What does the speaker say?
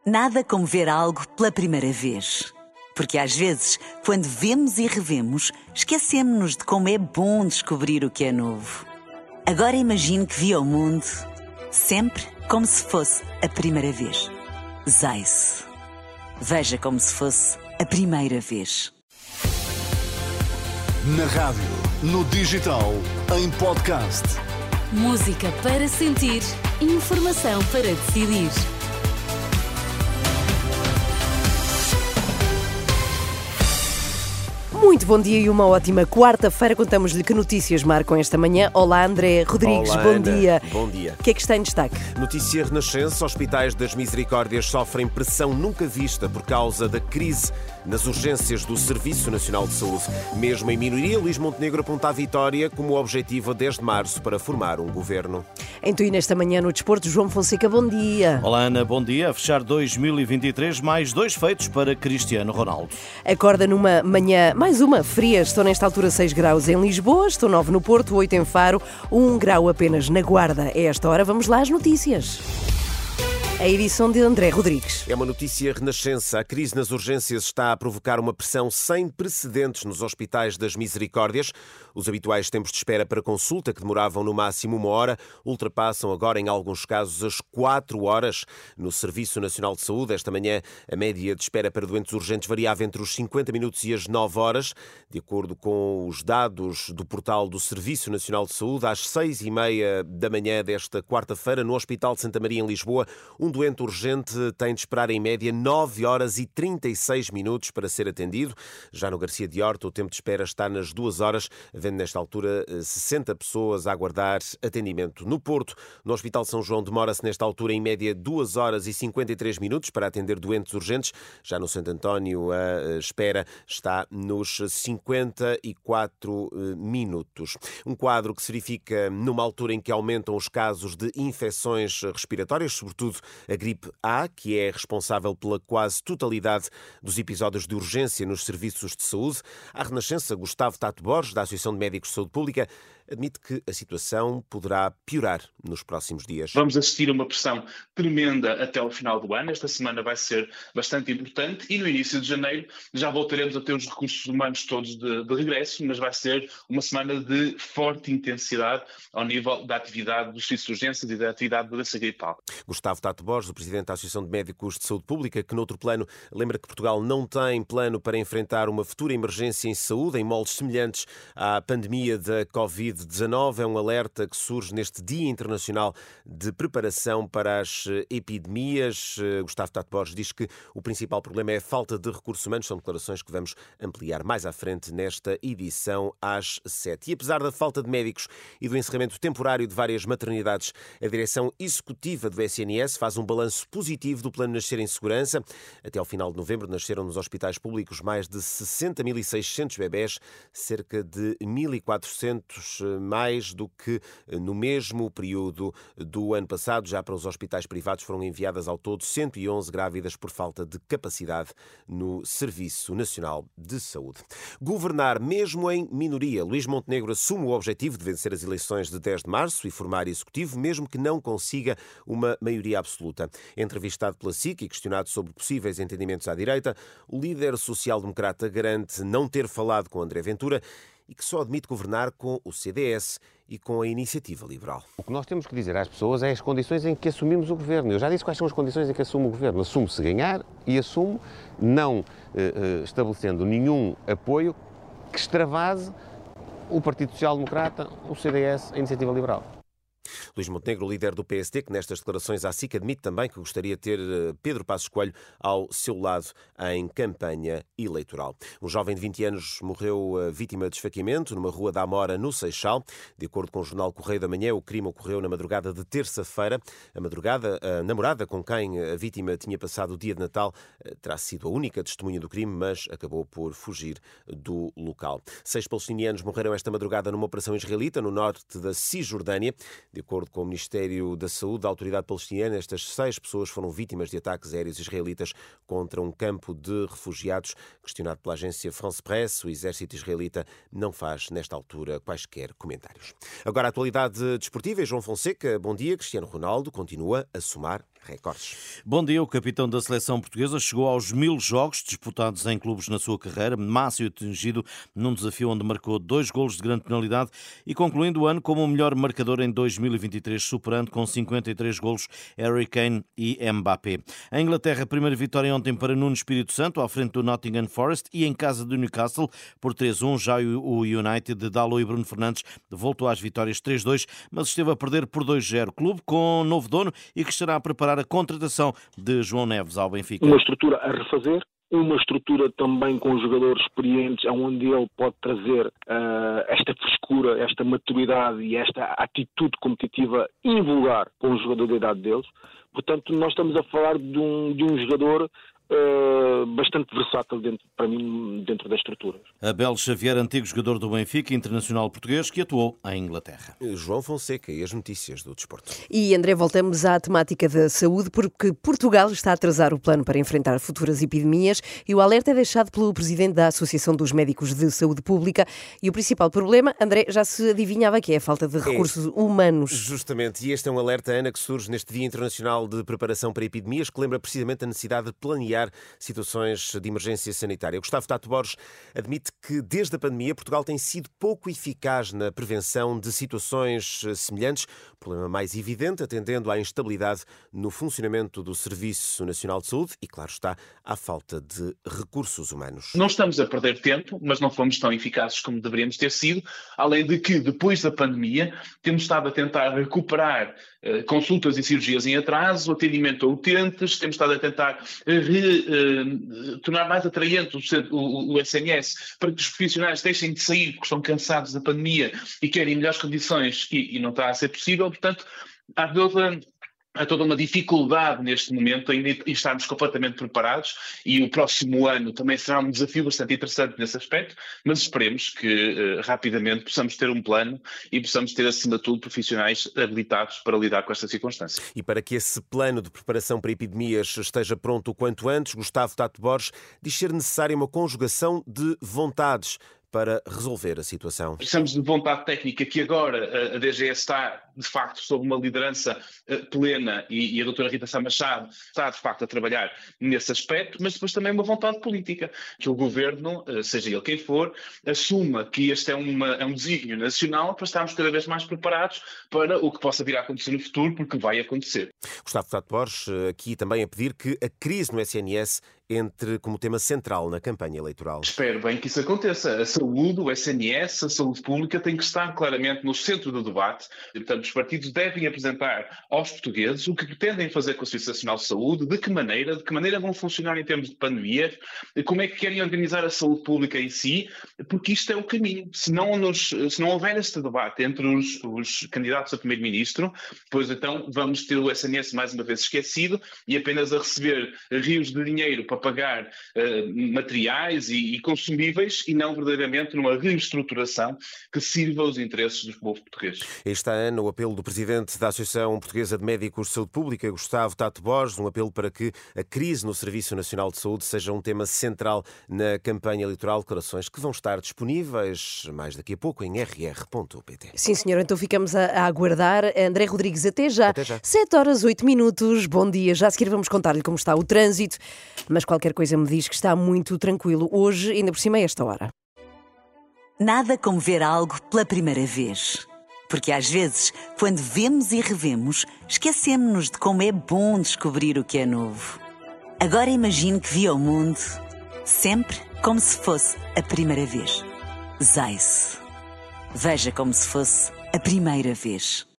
Nada como ver algo pela primeira vez. Porque às vezes, quando vemos e revemos, esquecemos-nos de como é bom descobrir o que é novo. Agora imagine que viu o mundo sempre como se fosse a primeira vez. Zais. Veja como se fosse a primeira vez. Na rádio, no digital, em podcast. Música para sentir, informação para decidir. Muito bom dia e uma ótima quarta-feira. Contamos-lhe que notícias marcam esta manhã. Olá, André Rodrigues, Olá, bom Ana. dia. Bom dia. O que é que está em destaque? Notícia Renascença: hospitais das Misericórdias sofrem pressão nunca vista por causa da crise nas urgências do Serviço Nacional de Saúde. Mesmo em minoria, Luís Montenegro aponta a vitória como objetivo a 10 de março para formar um governo. Em Tui, nesta manhã no Desporto, João Fonseca, bom dia. Olá, Ana, bom dia. A fechar 2023, mais 2 feitos para Cristiano Ronaldo. Acorda numa manhã, mais uma, fria. Estão nesta altura 6 graus em Lisboa, estão 9 no Porto, 8 em Faro, 1 grau apenas na Guarda. A esta hora vamos lá às notícias. A edição de André Rodrigues. É uma notícia Renascença. A crise nas urgências está a provocar uma pressão sem precedentes nos hospitais das Misericórdias. Os habituais tempos de espera para consulta, que demoravam no máximo 1 hora, ultrapassam agora, em alguns casos, as 4 horas. No Serviço Nacional de Saúde, esta manhã, a média de espera para doentes urgentes variava entre os 50 minutos e as 9 horas. De acordo com os dados do portal do Serviço Nacional de Saúde, às 6h30 da manhã desta quarta-feira, no Hospital de Santa Maria, em Lisboa, um doente urgente tem de esperar em média 9 horas e 36 minutos para ser atendido. Já no Garcia de Horta, o tempo de espera está nas 2 horas, havendo nesta altura 60 pessoas a aguardar atendimento. No Porto, no Hospital São João, demora-se nesta altura em média 2 horas e 53 minutos para atender doentes urgentes. Já no Santo António, a espera está nos 54 minutos. Um quadro que se verifica numa altura em que aumentam os casos de infecções respiratórias, sobretudo a gripe A, que é responsável pela quase totalidade dos episódios de urgência nos serviços de saúde. À Renascença, Gustavo Tato Borges, da Associação de Médicos de Saúde Pública, admite que a situação poderá piorar nos próximos dias. Vamos assistir a uma pressão tremenda até ao final do ano. Esta semana vai ser bastante importante e no início de janeiro já voltaremos a ter os recursos humanos todos de regresso, mas vai ser uma semana de forte intensidade ao nível da atividade dos serviços de urgências e da atividade da doença gripal. Gustavo Tato Borges, o presidente da Associação de Médicos de Saúde Pública, que noutro plano lembra que Portugal não tem plano para enfrentar uma futura emergência em saúde em moldes semelhantes à pandemia da Covid-19. É um alerta que surge neste Dia Internacional de Preparação para as Epidemias. Gustavo Tato Borges diz que o principal problema é a falta de recursos humanos. São declarações que vamos ampliar mais à frente nesta edição às 7. E apesar da falta de médicos e do encerramento temporário de várias maternidades, a direção executiva do SNS faz um balanço positivo do Plano Nascer em Segurança. Até ao final de novembro nasceram nos hospitais públicos mais de 60.600 bebés, cerca de 1.400 mais do que no mesmo período do ano passado. Já para os hospitais privados foram enviadas ao todo 111 grávidas por falta de capacidade no Serviço Nacional de Saúde. Governar mesmo em minoria. Luís Montenegro assume o objetivo de vencer as eleições de 10 de março e formar executivo, mesmo que não consiga uma maioria absoluta. Entrevistado pela SIC e questionado sobre possíveis entendimentos à direita, o líder social-democrata garante não ter falado com André Ventura e que só admite governar com o CDS e com a Iniciativa Liberal. O que nós temos que dizer às pessoas é as condições em que assumimos o governo. Eu já disse quais são as condições em que assumo o governo. Assumo-se ganhar e assumo não estabelecendo nenhum apoio que extravase o Partido Social Democrata, o CDS, a Iniciativa Liberal. Luís Montenegro, líder do PSD, que nestas declarações à SIC admite também que gostaria de ter Pedro Passos Coelho ao seu lado em campanha eleitoral. Um jovem de 20 anos morreu vítima de esfaqueamento numa rua da Amora, no Seixal. De acordo com o jornal Correio da Manhã, o crime ocorreu na madrugada de terça-feira. A namorada com quem a vítima tinha passado o dia de Natal terá sido a única testemunha do crime, mas acabou por fugir do local. 6 palestinianos morreram esta madrugada numa operação israelita no norte da Cisjordânia. De acordo com o Ministério da Saúde da Autoridade Palestiniana, estas 6 pessoas foram vítimas de ataques aéreos israelitas contra um campo de refugiados. Questionado pela agência France Presse, o exército israelita não faz, nesta altura, quaisquer comentários. Agora, a atualidade desportiva. João Fonseca, bom dia. Cristiano Ronaldo continua a somar recordes. Bom dia, o capitão da seleção portuguesa chegou aos 1000 jogos disputados em clubes na sua carreira, máximo atingido num desafio onde marcou 2 golos de grande penalidade e concluindo o ano como o melhor marcador em 2023, superando com 53 golos Harry Kane e Mbappé. A Inglaterra, a primeira vitória ontem para Nuno Espírito Santo, à frente do Nottingham Forest e em casa do Newcastle, por 3-1. Já o United de Dalot e Bruno Fernandes voltou às vitórias 3-2, mas esteve a perder por 2-0. Clube com novo dono e que estará a preparar a contratação de João Neves ao Benfica. Uma estrutura a refazer, uma estrutura também com jogadores experientes, onde ele pode trazer esta frescura, esta maturidade e esta atitude competitiva invulgar com o jogador da idade deles. Portanto, nós estamos a falar de um jogador bastante versátil para mim dentro das estruturas. Abel Xavier, antigo jogador do Benfica, internacional português, que atuou em Inglaterra. João Fonseca e as notícias do desporto. E André, voltamos à temática da saúde, porque Portugal está a atrasar o plano para enfrentar futuras epidemias e o alerta é deixado pelo presidente da Associação dos Médicos de Saúde Pública. E o principal problema, André, já se adivinhava que é a falta de recursos humanos. Justamente, e este é um alerta, Ana, que surge neste Dia Internacional de Preparação para Epidemias, que lembra precisamente a necessidade de planear situações de emergência sanitária. Gustavo Tato Borges admite que desde a pandemia Portugal tem sido pouco eficaz na prevenção de situações semelhantes, o problema mais evidente atendendo à instabilidade no funcionamento do Serviço Nacional de Saúde e, claro está, à falta de recursos humanos. Não estamos a perder tempo, mas não fomos tão eficazes como deveríamos ter sido, além de que depois da pandemia temos estado a tentar recuperar consultas e cirurgias em atraso, atendimento a utentes, temos estado a tentar tornar mais atraente o SNS para que os profissionais deixem de sair porque estão cansados da pandemia e querem melhores condições e não está a ser possível. Portanto, há toda uma dificuldade neste momento em estarmos completamente preparados e o próximo ano também será um desafio bastante interessante nesse aspecto, mas esperemos que rapidamente possamos ter um plano e possamos ter, acima de tudo, profissionais habilitados para lidar com esta circunstância. E para que esse plano de preparação para epidemias esteja pronto o quanto antes, Gustavo Tato Borges diz ser necessária uma conjugação de vontades para resolver a situação. Precisamos de vontade técnica, que agora a DGS está, de facto, sob uma liderança plena e a doutora Rita Sá Machado está, de facto, a trabalhar nesse aspecto, mas depois também uma vontade política, que o Governo, seja ele quem for, assuma que este é um desígnio nacional para estarmos cada vez mais preparados para o que possa vir a acontecer no futuro, porque vai acontecer. Gustavo Tato Borges, aqui também a pedir que a crise no SNS entre como tema central na campanha eleitoral. Espero bem que isso aconteça. A saúde, o SNS, a saúde pública tem que estar claramente no centro do debate. E, portanto, os partidos devem apresentar aos portugueses o que pretendem fazer com o Serviço Nacional de Saúde, de que maneira vão funcionar em termos de pandemia, como é que querem organizar a saúde pública em si, porque isto é o caminho. Se não houver este debate entre os candidatos a primeiro-ministro, pois então vamos ter o SNS mais uma vez esquecido e apenas a receber rios de dinheiro para pagar materiais e consumíveis e não verdadeiramente numa reestruturação que sirva aos interesses do povo português. Aí está, Ana, o apelo do presidente da Associação Portuguesa de Médicos de Saúde Pública, Gustavo Tato Borges, um apelo para que a crise no Serviço Nacional de Saúde seja um tema central na campanha eleitoral, declarações que vão estar disponíveis mais daqui a pouco em rr.pt. Sim, senhor, então ficamos a aguardar. André Rodrigues, até já. 7h08. Bom dia. Já a seguir vamos contar-lhe como está o trânsito, mas qualquer coisa me diz que está muito tranquilo hoje, ainda por cima a esta hora. Nada como ver algo pela primeira vez. Porque às vezes, quando vemos e revemos, esquecemos-nos de como é bom descobrir o que é novo. Agora imagine que viu o mundo sempre como se fosse a primeira vez. Zais. Veja como se fosse a primeira vez.